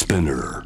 Spinner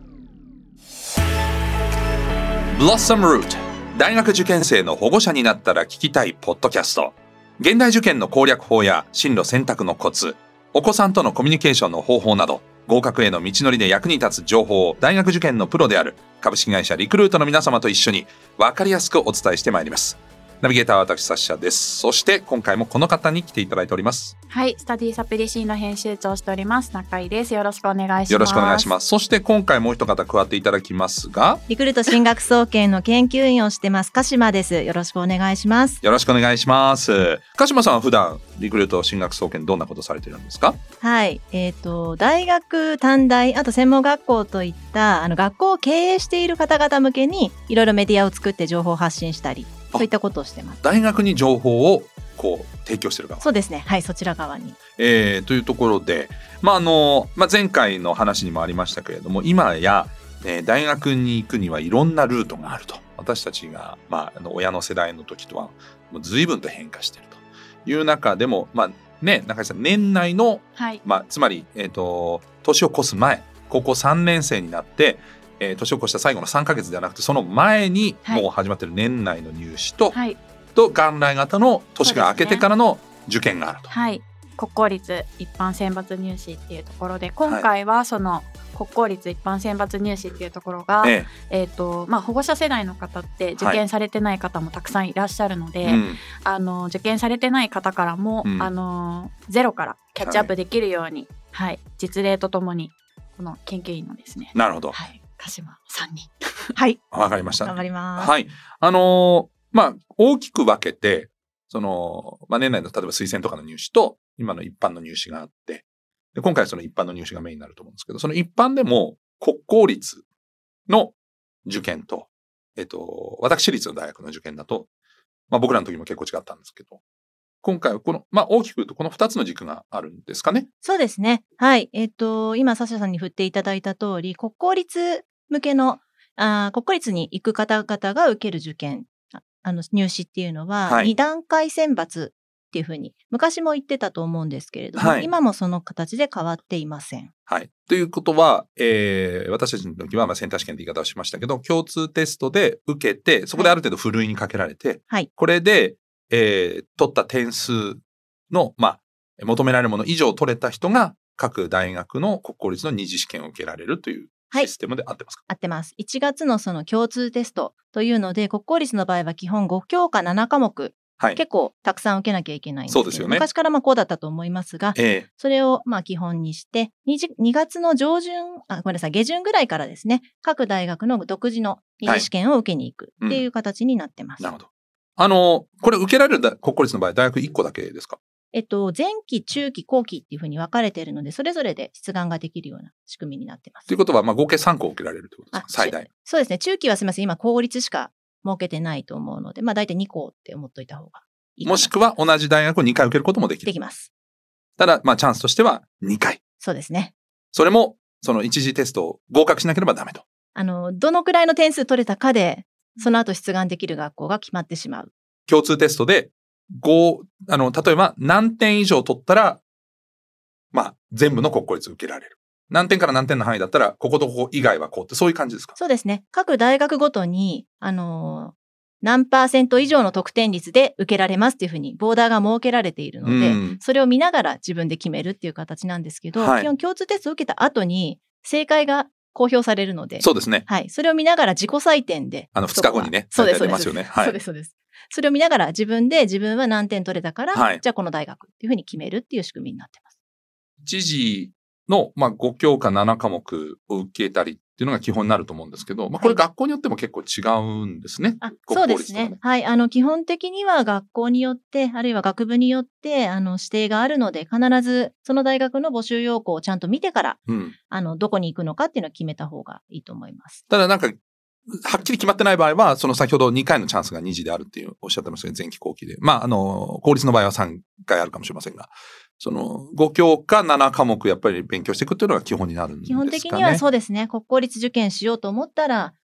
Blossom Route 大学受験生の保護者になったら聞きたいポッドキャスト。現代受験の攻略法や進路選択のコツ、お子さんとのコミュニケーションの方法など、合格への道のりで役に立つ情報を大学受験のプロである株式会社リクルートの皆様と一緒に分かりやすくお伝えしてまいります。ナビゲーターは私サッシャです。そして今回もこの方に来ていただいております。 はい、スタディサプリシーの編集長をしております中井です。よろしくお願いします。 よろしくお願いします。そして今回もう一方加わっていただきますが、 リクルート進学総研の研究員をしてます鹿島です。よろしくお願いします。 よろしくお願いします。鹿島さんは普段リクルート進学総研どんなことされてるんですか？ はい、大学短大あと専門学校といった学校を経営している方々向けにいろいろメディアを作って情報を発信したりそういったことをしてます。 大学に情報をこう提供してる側。 そうですね、はい、そちら側に、 というところで、前回の話にもありましたけれども、今や、大学に行くにはいろんなルートがあると。私たちが、親の世代の時とはもう随分と変化しているという中でも、中井さん年内の、 はい、 つまり、年を越す前高校3年生になって年を越した最後の3ヶ月ではなくてその前にもう始まっている年内の入試と、 はい、 と元来型の年が明けてからの受験があると、 はい、国公立一般選抜入試っていうところで今回はその国公立一般選抜入試っていうところが、保護者世代の方って受験されてない方もたくさんいらっしゃるので、受験されてない方からも、ゼロからキャッチアップできるように、実例とともにこの研究員のですね、 なるほど、 鹿島さんにはいわかりました。 頑張ります。 はい、大きく分けてその、年内の例えば推薦とかの入試と今の一般の入試があって、で今回はその一般の入試がメインになると思うんですけど、その一般でも国公立の受験と、私立の大学の受験だと、僕らの時も結構違ったんですけど、今回はこの、大きく言うとこの2つの軸があるんですかね。 そうですね。はい。今、サッシャさんに振っていただいた通り、国公立向けの、国公立に行く方々が受ける受験、入試っていうのは、2段階選抜っていうふうに、昔も言ってたと思うんですけれども、今もその形で変わっていません。 はい。ということは、私たちの時はセンター試験って言い方をしましたけど、共通テストで受けて、そこである程度ふるいにかけられて、これで、取った点数の、求められるもの以上取れた人が各大学の国公立の二次試験を受けられるというシステムで合ってますか？ 合ってます。1月のその共通テストというので、国公立の場合は基本5教科7科目、結構たくさん受けなきゃいけないんですけど、そうですよね、昔からこうだったと思いますが、それを基本にして、2月の下旬ぐらいからですね、各大学の独自の二次試験を受けに行くっていう形になってます。 なるほど。これ受けられる国公立の場合、大学1個だけですか？ 前期、中期、後期っていうふうに分かれているので、それぞれで出願ができるような仕組みになってます。 ということは、合計3個受けられるということですか？最大。 そうですね。中期はすみません、今公立しか設けてないと思うので、大体2個って思っといた方がいいかな。 もしくは同じ大学を2回受けることもできる。 できます。 ただ、チャンスとしては2回。 そうですね。 それも、その一次テストを合格しなければダメと。 どのくらいの点数取れたかで、その後出願できる学校が決まってしまう。 共通テストで例えば何点以上取ったら、全部の国公立受けられる。何点から何点の範囲だったら、こことここ以外はこうって、そういう感じですか？ そうですね。各大学ごとに、何%以上の得点率で受けられますっていうふうに、ボーダーが設けられているので、それを見ながら自分で決めるっていう形なんですけど、基本共通テストを受けた後に、正解が公表されるので、 そうですね。 はい。それを見ながら自己採点で。 2日後にね、 そうです。 出ますよね。 そうです、そうです。それを見ながら自分は何点取れたから、じゃあこの大学っていうふうに決めるっていう仕組みになってます。 一次の、5教科7科目を受けたりっていうのが基本になると思うんですけど、これ学校によっても結構違うんですね。 そうですね。はい。基本的には学校によって、あるいは学部によって、指定があるので、必ずその大学の募集要項をちゃんと見てから、どこに行くのかっていうのを決めた方がいいと思います。 ただはっきり決まってない場合は、その先ほど2回のチャンスが2次であるっていうおっしゃってましたけど、前期後期で。公立の場合は3回あるかもしれませんが、その5教科7科目やっぱり勉強していくっていうのが基本になるんですかね。 基本的にはそうですね。国公立受験しようと思ったら、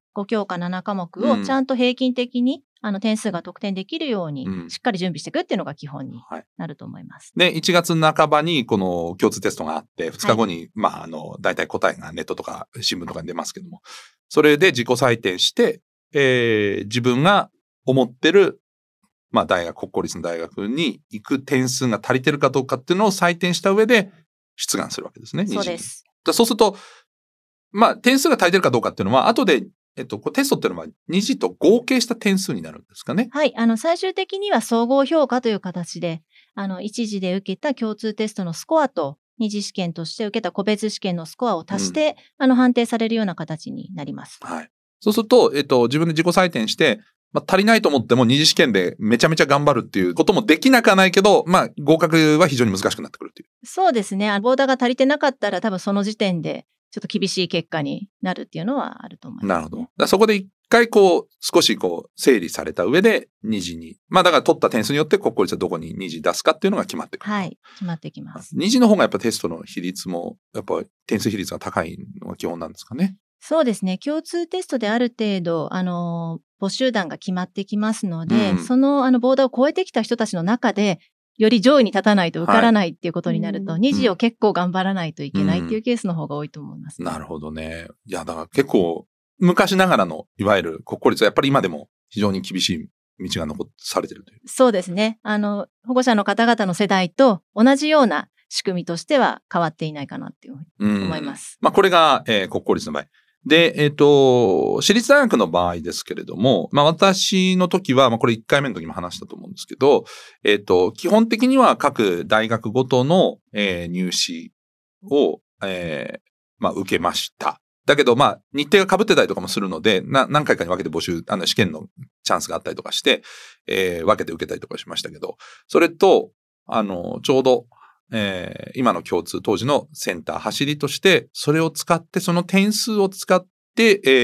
5教科7科目をちゃんと平均的に、点数が得点できるように、しっかり準備していくっていうのが基本になると思います。 で、1月半ばにこの共通テストがあって、2日後に、大体答えがネットとか新聞とかに出ますけども、それで自己採点して、自分が思ってる、国公立の大学に行く点数が足りてるかどうかっていうのを採点した上で出願するわけですね。 そうです。 そうすると、点数が足りてるかどうかっていうのは、後でテストっていうのは2次と合計した点数になるんですかね。 はい。最終的には総合評価という形で、1次で受けた共通テストのスコアと、2次試験として受けた個別試験のスコアを足して、判定されるような形になります。 はい。そうすると、自分で自己採点して、足りないと思っても2次試験でめちゃめちゃ頑張るっていうこともできなくはないけど、合格は非常に難しくなってくるっていう。 そうですね。ボーダーが足りてなかったら多分その時点で、ちょっと厳しい結果になるっていうのはあると思います、ね。 なるほど。そこで一回少し整理された上で2次に。だから取った点数によって国公立はどこに2次出すかっていうのが決まってくる。 はい。決まってきます。 2次の方がやっぱテストの比率も、やっぱ点数比率が高いのが基本なんですかね。 そうですね。共通テストである程度、募集団が決まってきますので、そのボーダーを超えてきた人たちの中で、より上位に立たないと受からないっていうことになると、2次を結構頑張らないといけないっていうケースの方が多いと思います、 なるほどね。いや、だから結構、昔ながらの、いわゆる国公立はやっぱり今でも非常に厳しい道が残されてるという。 そうですね。保護者の方々の世代と同じような仕組みとしては変わっていないかなっていうふうに思います。 これが、国公立の場合。で、私立大学の場合ですけれども、私の時は、これ1回目の時も話したと思うんですけど、基本的には各大学ごとの、入試を、受けました。だけど、日程が被ってたりとかもするので、何回かに分けて募集、試験のチャンスがあったりとかして、分けて受けたりとかしましたけど、それと、ちょうど、今の共通当時のセンター走りとして、それを使って、その点数を使って、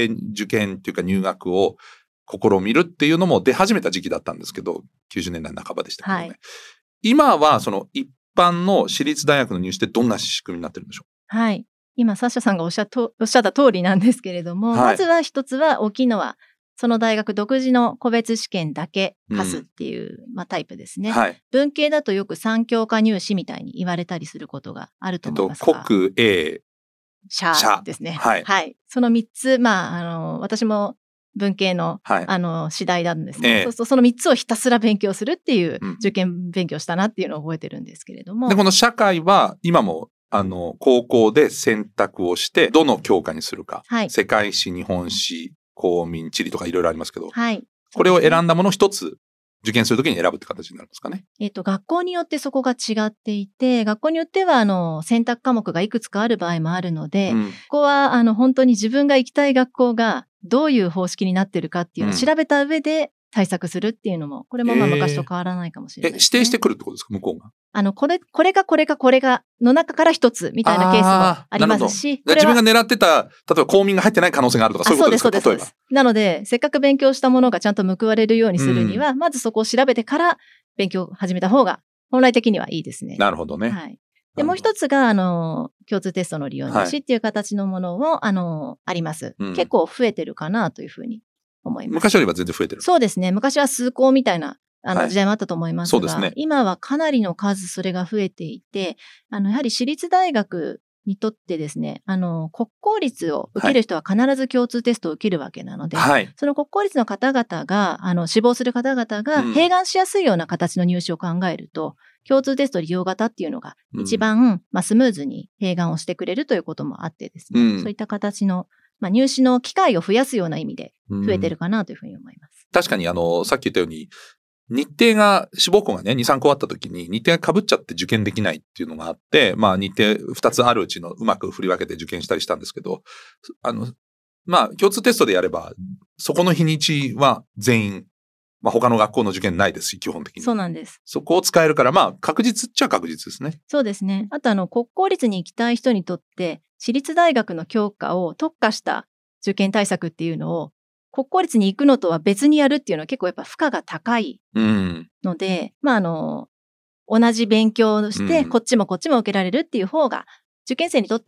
受験っていうか入学を試みるっていうのも出始めた時期だったんですけど、90年代半ばでしたけどね。はい、今はその一般の私立大学の入試ってどんな仕組みになってるんでしょう？ はい。今、サッシャさんがおっしゃった通りなんですけれども、まずは一つは大きいのは、その大学独自の個別試験だけ課すっていう、タイプですね、はい。文系だとよく3教科入試みたいに言われたりすることがあると思いますが。 国、英、 社ですね。はい。はい。その3つ、私も文系の、次第なんですね。そうするとその3つをひたすら勉強するっていう、受験勉強したなっていうのを覚えてるんですけれども。 で、この社会は今も高校で選択をして、どの教科にするか。はい、世界史、日本史、公民、地理とかいろいろありますけど、はい、これを選んだものを一つ受験するときに選ぶって形になるんですかね。 学校によってそこが違っていて、学校によっては選択科目がいくつかある場合もあるので、ここは本当に自分が行きたい学校がどういう方式になってるかっていうのを調べた上で対策するっていうのも、これも昔と変わらないかもしれないですね。 指定してくるってことですか、向こうが。 これがの中から一つみたいなケースもありますし。 自分が狙ってた、例えば公民が入ってない可能性があるとか、そういうことですか？ そうです。なので、せっかく勉強したものがちゃんと報われるようにするには、まずそこを調べてから勉強を始めた方が、本来的にはいいですね。 なるほどね。 はい。で、もう一つが、共通テストの利用入試っていう形のものを、あります。結構増えてるかなというふうに思います。 昔よりは全然増えてる。 そうですね。昔は数校みたいな時代もあったと思いますが、そうですね、今はかなりの数それが増えていて、やはり私立大学にとってですね、国公立を受ける人は必ず共通テストを受けるわけなので、はい、その国公立の方々が、志望する方々が併願しやすいような形の入試を考えると、共通テスト利用型っていうのが一番、スムーズに併願をしてくれるということもあってですね、そういった形の入試の機会を増やすような意味で増えてるかなというふうに思います。 確かにさっき言ったように、日程が、志望校がね、2、3個あった時に、日程が被っちゃって受験できないっていうのがあって、日程2つあるうちのうまく振り分けて受験したりしたんですけど、共通テストでやれば、そこの日にちは全員、他の学校の受験ないですし、基本的に。 そうなんです。 そこを使えるから、確実っちゃ確実ですね。 そうですね。あと国公立に行きたい人にとって、私立大学の教科を特化した受験対策っていうのを、国公立に行くのとは別にやるっていうのは結構やっぱ負荷が高いので、同じ勉強をして、こっちも受けられるっていう方が、受験生にとっては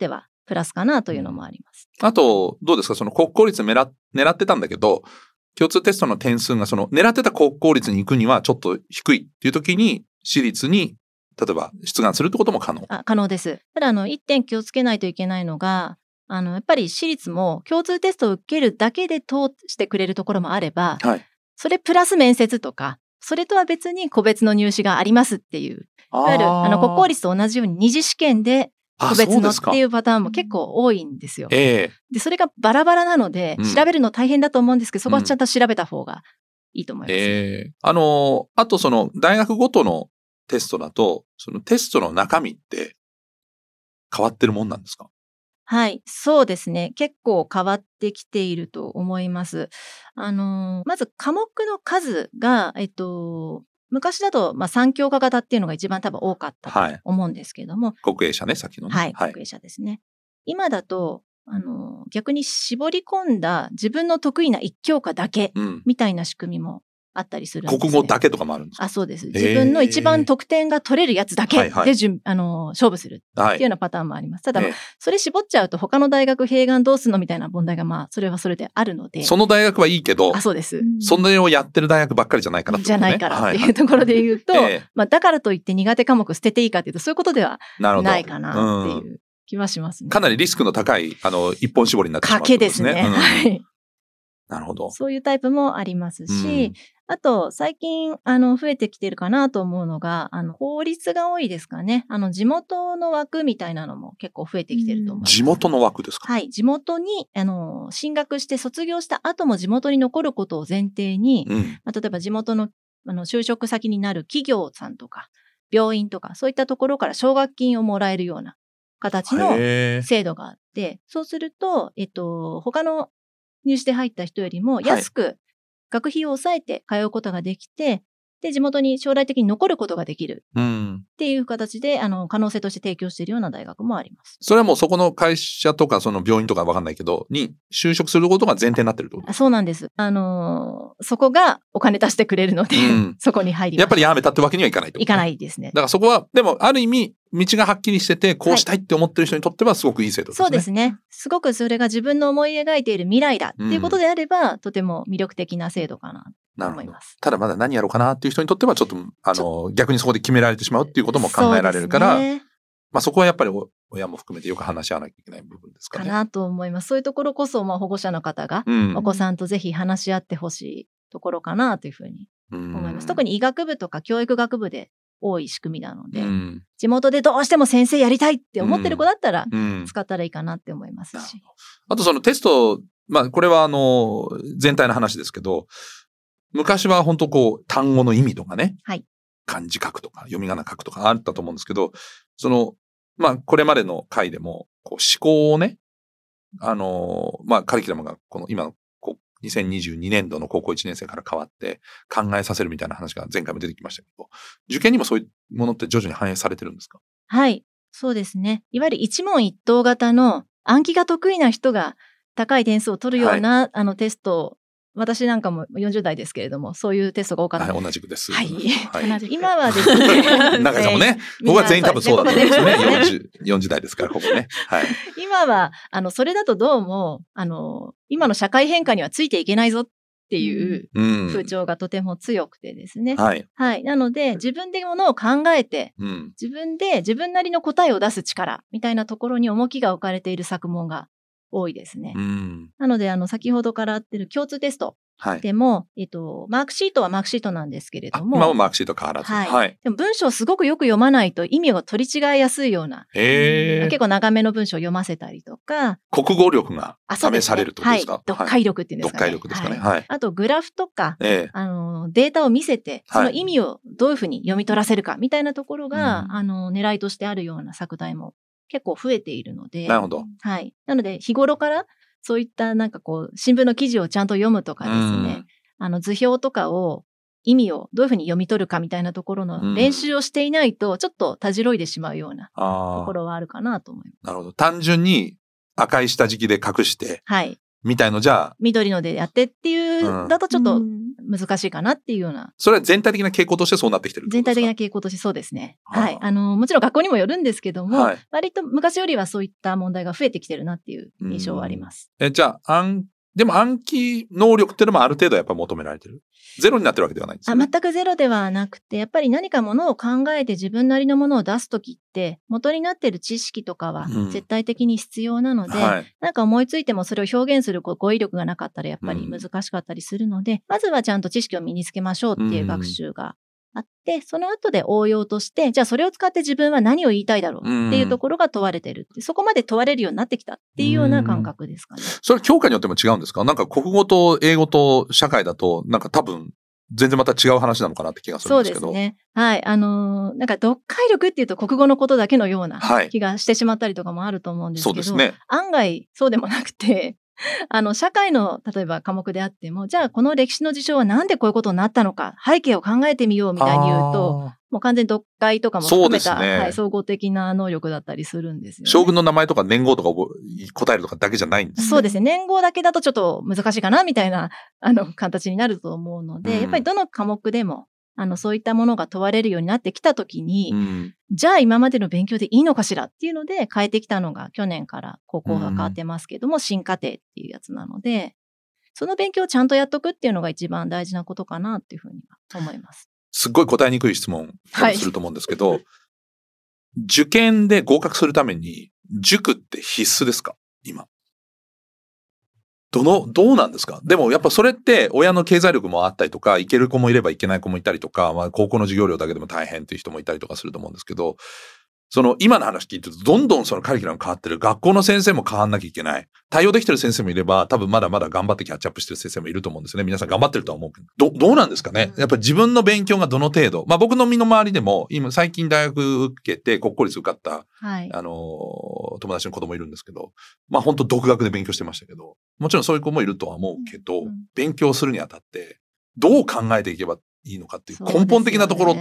プラスかなというのもあります。 あと、どうですか、その国公立狙ってたんだけど、共通テストの点数がその狙ってた国公立に行くにはちょっと低いっていう時に、私立に例えば出願するってことも可能？ 可能です。ただ1点気をつけないといけないのが、やっぱり私立も共通テストを受けるだけで通してくれるところもあれば、はい、それプラス面接とか、それとは別に個別の入試がありますっていう、いわゆる国公立と同じように二次試験で個別のっていうパターンも結構多いんですよ。で、それがバラバラなので、調べるの大変だと思うんですけど、そこはちゃんと調べた方がいいと思います。 あとその大学ごとのテストだと、そのテストの中身って変わってるもんなんですか？ はい、そうですね。結構変わってきていると思います。まず科目の数が、昔だと、3教科型っていうのが一番多分多かったと思うんですけども。 国営社ね、さっきのね。 はい、国営社ですね。今だと、逆に絞り込んだ自分の得意な1教科だけみたいな仕組みもあったりするんですね。 国語だけとかもあるんですか？ そうです。自分の一番得点が取れるやつだけで、勝負するっていうようなパターンもあります。ただ、それ絞っちゃうと他の大学併願どうするのみたいな問題がそれはそれであるので。 その大学はいいけど、 そうです。 それをやってる大学ばっかりじゃないからってことね。 じゃないからっていうところで言うと、だからといって苦手科目捨てていいかっていうと、そういうことではないかなっていう気はしますね。 かなりリスクの高い、一本絞りになってしまうってことですね。 賭けですね。はい。 なるほど。 そういうタイプもありますし、あと、最近、増えてきてるかなと思うのが、法律が多いですかね。地元の枠みたいなのも結構増えてきてると思います。 地元の枠ですか？ はい。地元に、進学して卒業した後も地元に残ることを前提に、例えば地元の、就職先になる企業さんとか、病院とか、そういったところから奨学金をもらえるような形の制度があって、そうすると、他の入試で入った人よりも安く学費を抑えて通うことができて、で、地元に将来的に残ることができるっていう形で、可能性として提供しているような大学もあります。 それはもうそこの会社とかその病院とかわかんないけど、に就職することが前提になってるってことですか？ そうなんです。そこがお金出してくれるので、そこに入ります。 やっぱりやめたってわけにはいかないってこと？ いかないですね。 だからそこは、でもある意味、道がはっきりしてて、こうしたいって思ってる人にとってはすごくいい制度ですね。 そうですね。すごくそれが自分の思い描いている未来だっていうことであれば、とても魅力的な制度かなと思います。 ただまだ何やろうかなっていう人にとってはちょっと、逆にそこで決められてしまうっていうことも考えられるから、そこはやっぱり親も含めてよく話し合わなきゃいけない部分ですかね。 かなと思います。そういうところこそ、保護者の方が、お子さんとぜひ話し合ってほしいところかなというふうに思います。特に医学部とか教育学部で多い仕組みなので、地元でどうしても先生やりたいって思ってる子だったら、使ったらいいかなって思いますし。 あとそのテスト、これは全体の話ですけど、昔は本当単語の意味とかね、漢字書くとか読み仮名書くとかあったと思うんですけど、これまでの回でも思考をね、カリキュラムが今の2022年度の高校1年生から変わって考えさせるみたいな話が前回も出てきましたけど、受験にもそういうものって徐々に反映されてるんですか？ はい、そうですね。いわゆる一問一答型の暗記が得意な人が高い点数を取るような、テスト、私なんかも40代ですけれども、そういうテストが多かった。 同じくです。 はい。今はですね。 中井さんもね、僕は全員多分そうだと思うんですよね。40代ですから、ほぼね。はい。 今は、それだとどうも、今の社会変化にはついていけないぞっていう風潮がとても強くてですね。はい。はい。なので、自分でものを考えて、自分で自分なりの答えを出す力みたいなところに重きが置かれている作問が多いですね。なので、先ほどから言ってる共通テストでも、マークシートはマークシートなんですけれども。 今もマークシート変わらず。 はい。でも文章をすごくよく読まないと意味を取り違えやすいような、結構長めの文章を読ませたりとか。 国語力が試されるってことですか？ 読解力っていうんですかね。 読解力ですかね。はい。 あと、グラフとか、データを見せて、その意味をどういうふうに読み取らせるかみたいなところが、狙いとしてあるような作題も結構増えているので。 なるほど。 はい。なので、日頃からそういった新聞の記事をちゃんと読むとかですね、図表とかを意味をどういうふうに読み取るかみたいなところの練習をしていないと、ちょっとたじろいでしまうようなところはあるかなと思います。 なるほど。単純に赤い下敷きで隠して、 みたいのじゃあ緑のでやってっていうだとちょっと難しいかなっていうような、 それは全体的な傾向としてそうなってきてるってことですか？ 全体的な傾向としてそうですね。はい。もちろん学校にもよるんですけども、はい、割と昔よりはそういった問題が増えてきてるなっていう印象はあります。 じゃあでも暗記能力っていうのもある程度やっぱ求められてる？ゼロになってるわけではないんですよね。 全くゼロではなくて、やっぱり何かものを考えて自分なりのものを出すときって、元になっている知識とかは絶対的に必要なので、はい、なんか思いついてもそれを表現する語彙力がなかったらやっぱり難しかったりするので、まずはちゃんと知識を身につけましょうっていう学習があって、その後で応用として、じゃあそれを使って自分は何を言いたいだろうっていうところが問われてるって、そこまで問われるようになってきたっていうような感覚ですかね。 それ教科によっても違うんですか？なんか国語と英語と社会だと、なんか多分全然また違う話なのかなって気がするんですけど。 そうですね。はい。なんか読解力っていうと国語のことだけのような気がしてしまったりとかもあると思うんですけど、そうですね。案外そうでもなくて、社会の例えば科目であっても、じゃあこの歴史の事象はなんでこういうことになったのか、背景を考えてみようみたいに言うと、もう完全に読解とかも含めた、ね、はい、総合的な能力だったりするんですよね。 将軍の名前とか年号とか答えるとかだけじゃないんですね。 そうですね。年号だけだとちょっと難しいかなみたいな形になると思うので、やっぱりどの科目でもそういったものが問われるようになってきたときに、じゃあ今までの勉強でいいのかしらっていうので変えてきたのが去年から高校が変わってますけども、新課程っていうやつなので、その勉強をちゃんとやっとくっていうのが一番大事なことかなっていうふうに思います。 すっごい答えにくい質問すると思うんですけど、はい、受験で合格するために塾って必須ですか？今。どうなんですか？でもやっぱそれって親の経済力もあったりとか、行ける子もいれば行けない子もいたりとか、まあ高校の授業料だけでも大変っていう人もいたりとかすると思うんですけど、その今の話聞いてるとどんどんそのカリキュラム変わってる。学校の先生も変わんなきゃいけない。対応できてる先生もいれば、多分まだまだ頑張ってキャッチアップしてる先生もいると思うんですよね。皆さん頑張ってるとは思うけど。どうなんですかね？やっぱり自分の勉強がどの程度。まあ僕の身の回りでも、今最近大学受けて国公立受かった、はい、友達の子供いるんですけど、まあ本当独学で勉強してましたけど、もちろんそういう子もいるとは思うけど、勉強するにあたって、どう考えていけばいいのかっていう根本的なところって、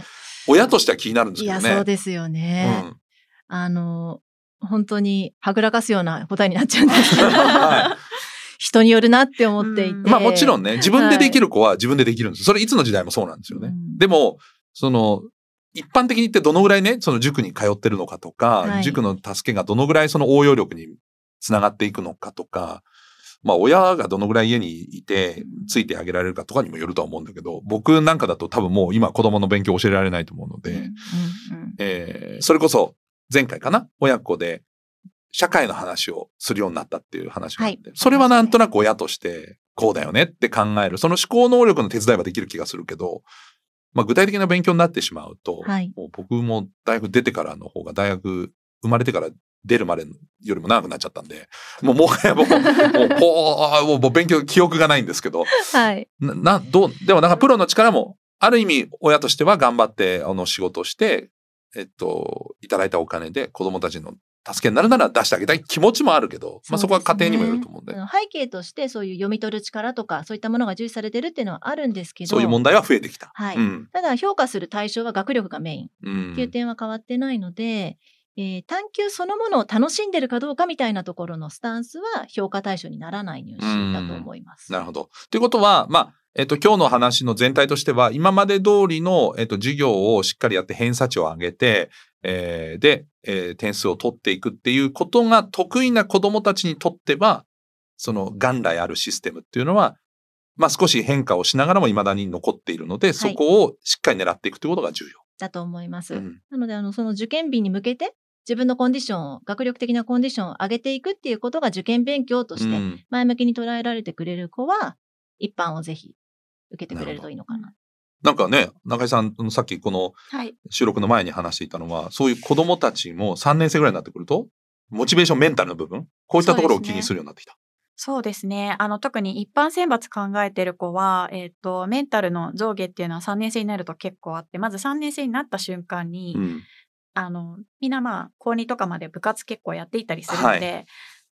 親としては気になるんですけどね。 いや、そうですよね。本当にはぐらかすような答えになっちゃうんですけど、はい、人によるなって思っていて。 まあもちろんね、自分でできる子は自分でできるんです。それいつの時代もそうなんですよね。でも、一般的に言ってどのぐらいね、その塾に通ってるのかとか、はい、塾の助けがどのぐらいその応用力につながっていくのかとか、まあ親がどのぐらい家にいてついてあげられるかとかにもよるとは思うんだけど、僕なんかだと多分もう今子供の勉強教えられないと思うので、それこそ前回かな、親子で社会の話をするようになったっていう話があって、はい、それはなんとなく親としてこうだよねって考える、その思考能力の手伝いはできる気がするけど、まあ具体的な勉強になってしまうと、はい、もう僕も大学出てからの方が大学生まれてから出るまでよりも長くなっちゃったんで、もはやもう勉強記憶がないんですけど、はい、でもなんかプロの力もある意味親としては頑張って仕事をしていただいたお金で子供たちの助けになるなら出してあげたい気持ちもあるけど、まあそこは家庭にもよると思うんで。 背景としてそういう読み取る力とかそういったものが重視されてるっていうのはあるんですけど、 そういう問題は増えてきた。 はい。ただ評価する対象は学力がメインっていう点は変わってないので、探究そのものを楽しんでるかどうかみたいなところのスタンスは評価対象にならない入試だと思います。 なるほど。ということは、まあ、今日の話の全体としては、今まで通りの、授業をしっかりやって偏差値を上げて、で、点数を取っていくっていうことが得意な子どもたちにとっては、その元来あるシステムっていうのは、まあ少し変化をしながらも未だに残っているので、そこをしっかり狙っていくということが重要。 だと思います。なので、その受験日に向けて、自分のコンディションを、学力的なコンディションを上げていくっていうことが受験勉強として前向きに捉えられてくれる子は、一般をぜひ受けてくれるといいのかな。 なんかね、中井さん、さっきこの収録の前に話していたのは、はい、そういう子供たちも3年生ぐらいになってくると、モチベーション、メンタルの部分、こういったところを気にするようになってきた。 そうですね。特に一般選抜考えてる子は、メンタルの上下っていうのは3年生になると結構あって、まず3年生になった瞬間に、みんなまあ高2とかまで部活結構やっていたりするので、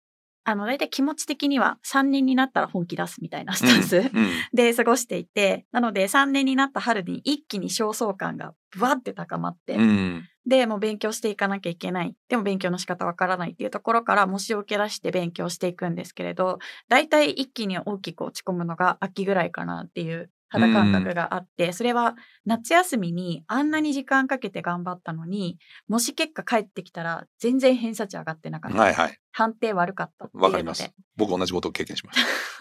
大体気持ち的には3年になったら本気出すみたいなスタンス、で過ごしていて、なので3年になった春に一気に焦燥感がブワッて高まって、でもう勉強していかなきゃいけない。でも勉強の仕方わからないっていうところから模試を受け出して勉強していくんですけれど、大体一気に大きく落ち込むのが秋ぐらいかなっていう肌感覚があって、それは夏休みにあんなに時間かけて頑張ったのに、模試結果返ってきたら全然偏差値上がってなかった。判定悪かったっていうので。 わかります。僕同じことを経験しました。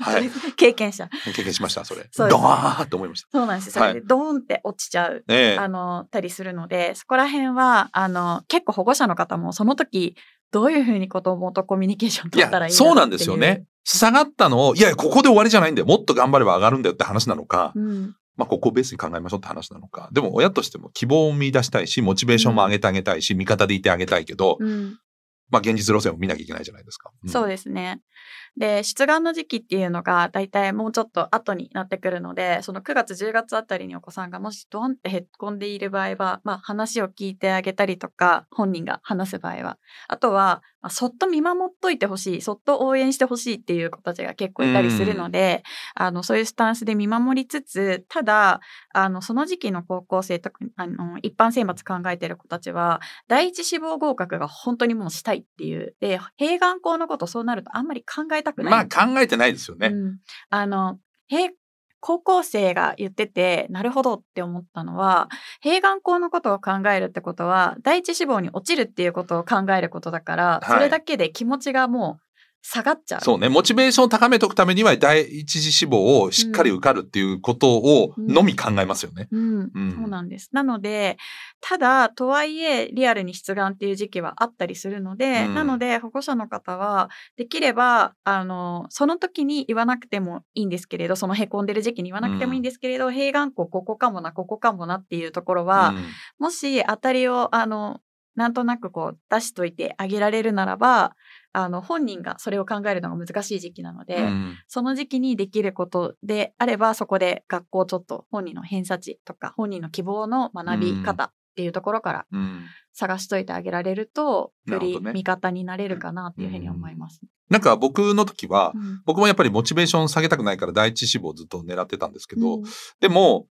はい、 経験しました、それ。ドーンって思いました。 そうなんですよ。それでドーンって落ちちゃう、たりするので、そこら辺は結構保護者の方もその時どういうふうに子供とコミュニケーション取ったらいいんだろうっていう。 そうなんですよね。下がったのを、いやここで終わりじゃないんだよ、もっと頑張れば上がるんだよって話なのか、ここをベースに考えましょうって話なのか。でも親としても希望を見出したいし、モチベーションも上げてあげたいし、味方でいてあげたいけど、現実路線を見なきゃいけないじゃないですか。 そうですね。で、出願の時期っていうのがだいたいもうちょっと後になってくるので、その9月10月あたりにお子さんがもしドンってへっこんでいる場合は、話を聞いてあげたりとか、本人が話す場合は、あとは、そっと見守っといてほしい、そっと応援してほしいっていう子たちが結構いたりするので、そういうスタンスで見守りつつ、ただその時期の高校生、特に一般選抜考えてる子たちは第一志望合格が本当にもうしたいっていう、で併願校のことそうなるとあんまり考えたくない。 考えてないですよね。 高校生が言っててなるほどって思ったのは、併願校のことを考えるってことは第一志望に落ちるっていうことを考えることだから、それだけで気持ちがもう下がっちゃう。 そうね。モチベーションを高めておくためには第一次志望をしっかり受かるっていうことをのみ考えますよね。 そうなんです。なので、ただとはいえリアルに出願っていう時期はあったりするので、なので保護者の方はできればその時に言わなくてもいいんですけれど、そのへこんでる時期に言わなくてもいいんですけれど、併願校ここかもなここかもなっていうところは、もし当たりをなんとなく出しといてあげられるならば、本人がそれを考えるのが難しい時期なので、その時期にできることであれば、そこで学校ちょっと本人の偏差値とか本人の希望の学び方っていうところから探しといてあげられると、より味方になれるかなっていうふうに思います。 なんか僕の時は、僕もやっぱりモチベーション下げたくないから第一志望をずっと狙ってたんですけど、でも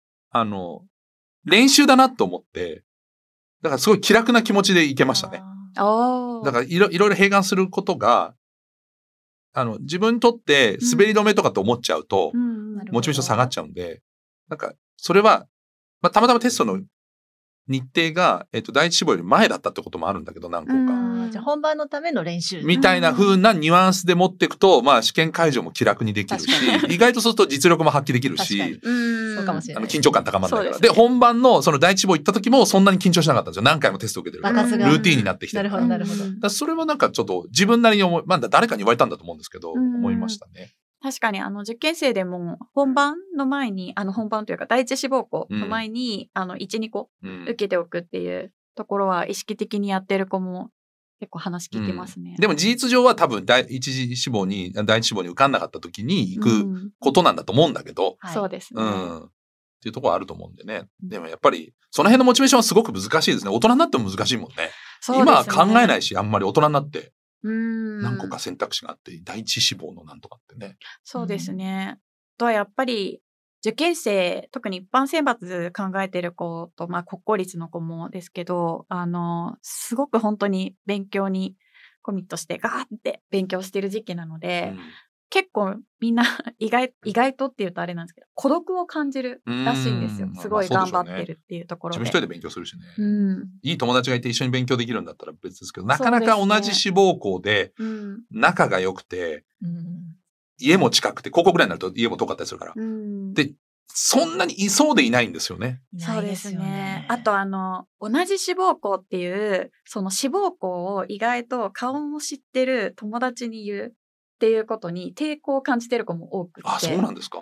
練習だなと思って、だからすごい気楽な気持ちでいけましたね。だからいろいろ併願することが自分にとって滑り止めとかって思っちゃうと、モチベーション下がっちゃうんで、なんかそれは、たまたまテストの日程が、第一志望より前だったってこともあるんだけど、何個か。 じゃあ本番のための練習みたいな風なニュアンスで持っていくと、試験会場も気楽にできるし、意外とそうすると実力も発揮できるし、 そうかもしれない。 緊張感高まらないから。で、本番のその第一志望行った時もそんなに緊張しなかったんですよ。何回もテスト受けてるから。ルーティーンになってきてるから。 なるほど、なるほど。 それはなんかちょっと自分なりに誰かに言われたんだと思うんですけど、思いましたね。 確かに受験生でも本番の前に本番というか第一志望校の前に、1、2個受けておくっていうところは意識的にやってる子も結構話聞いてますね。 でも事実上は多分第一志望に受かんなかった時に行くことなんだと思うんだけど、 そうですね。 っていうところあると思うんでね。でもやっぱりその辺のモチベーションはすごく難しいですね。大人になっても難しいもんね。今は考えないし、あんまり大人になって。何個か選択肢があって第一志望のなんとかってね。 そうですね。とはやっぱり受験生、特に一般選抜考えてる子と、国公立の子もですけど、すごく本当に勉強にコミットしてガーって勉強してる時期なので、結構みんな意外とって言うとあれなんですけど、孤独を感じるらしいんですよ。すごい頑張ってるっていうところで。 自分一人で勉強するしね。いい友達がいて一緒に勉強できるんだったら別ですけど、なかなか同じ志望校で仲が良くて、家も近くて、高校ぐらいになると家も遠かったりするから。で、そんなにいそうでいないんですよね。 そうですね。あと同じ志望校っていう、その志望校を意外と顔も知ってる友達に言うっていうことに抵抗を感じてる子も多くて。 そうなんですか。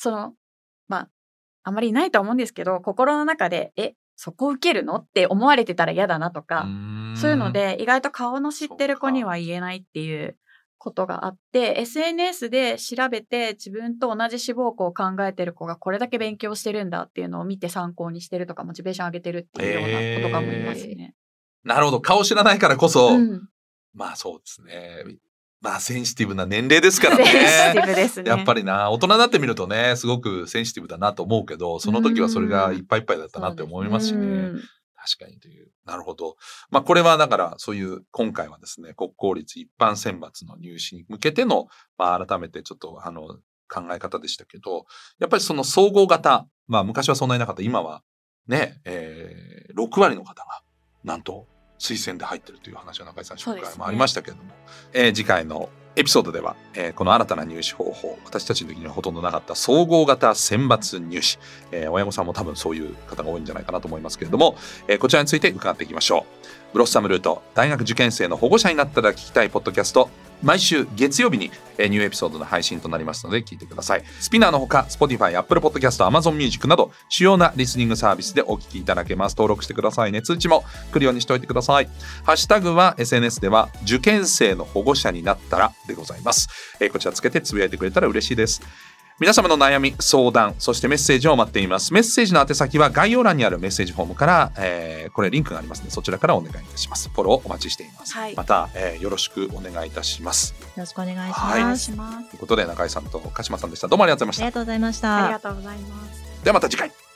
あまりいないと思うんですけど、心の中でそこ受けるのって思われてたら嫌だなとか、そういうので意外と顔の知ってる子には言えないっていうことがあって、SNS で調べて自分と同じ志望校を考えてる子がこれだけ勉強してるんだっていうのを見て参考にしてるとか、モチベーション上げてるっていうようなことが思いますね。 なるほど。顔知らないからこそ、そうですね。 まあセンシティブな年齢ですからね。 センシティブですね。 やっぱりな、大人になってみるとね、すごくセンシティブだなと思うけど、その時はそれがいっぱいいっぱいだったなって思いますしね。確かにという。なるほど。まあこれはだからそういう今回はですね、国公立一般選抜の入試に向けての、まあ改めてちょっと考え方でしたけど、やっぱりその総合型、まあ昔はそんなになかった、今はね、6割の方がなんと推薦で入ってるという話は中井さん紹介もありましたけれども、次回のエピソードでは、この新たな入試方法、私たちの時にはほとんどなかった総合型選抜入試、親御さんも多分そういう方が多いんじゃないかなと思いますけれども、こちらについて伺っていきましょう。ブロッサムルート、大学受験生の保護者になったら聞きたいポッドキャスト、毎週月曜日にニューエピソードの配信となりますので聞いてください。スピナーのほか Spotify、Apple Podcast、Amazon Music など主要なリスニングサービスでお聞きいただけます。登録してくださいね。通知も来るようにしておいてください。ハッシュタグは SNS では受験生の保護者になったらでございます。こちらつけてつぶやいてくれたら嬉しいです。皆様の悩み、相談、そしてメッセージを待っています。メッセージの宛先は概要欄にあるメッセージフォームから、これリンクがありますのでそちらからお願いいたします。フォローお待ちしています。また、よろしくお願いいたします。 よろしくお願いします。 ということで中井さんと鹿島さんでした。どうもありがとうございました。 ありがとうございました。 ありがとうございます。 ではまた次回。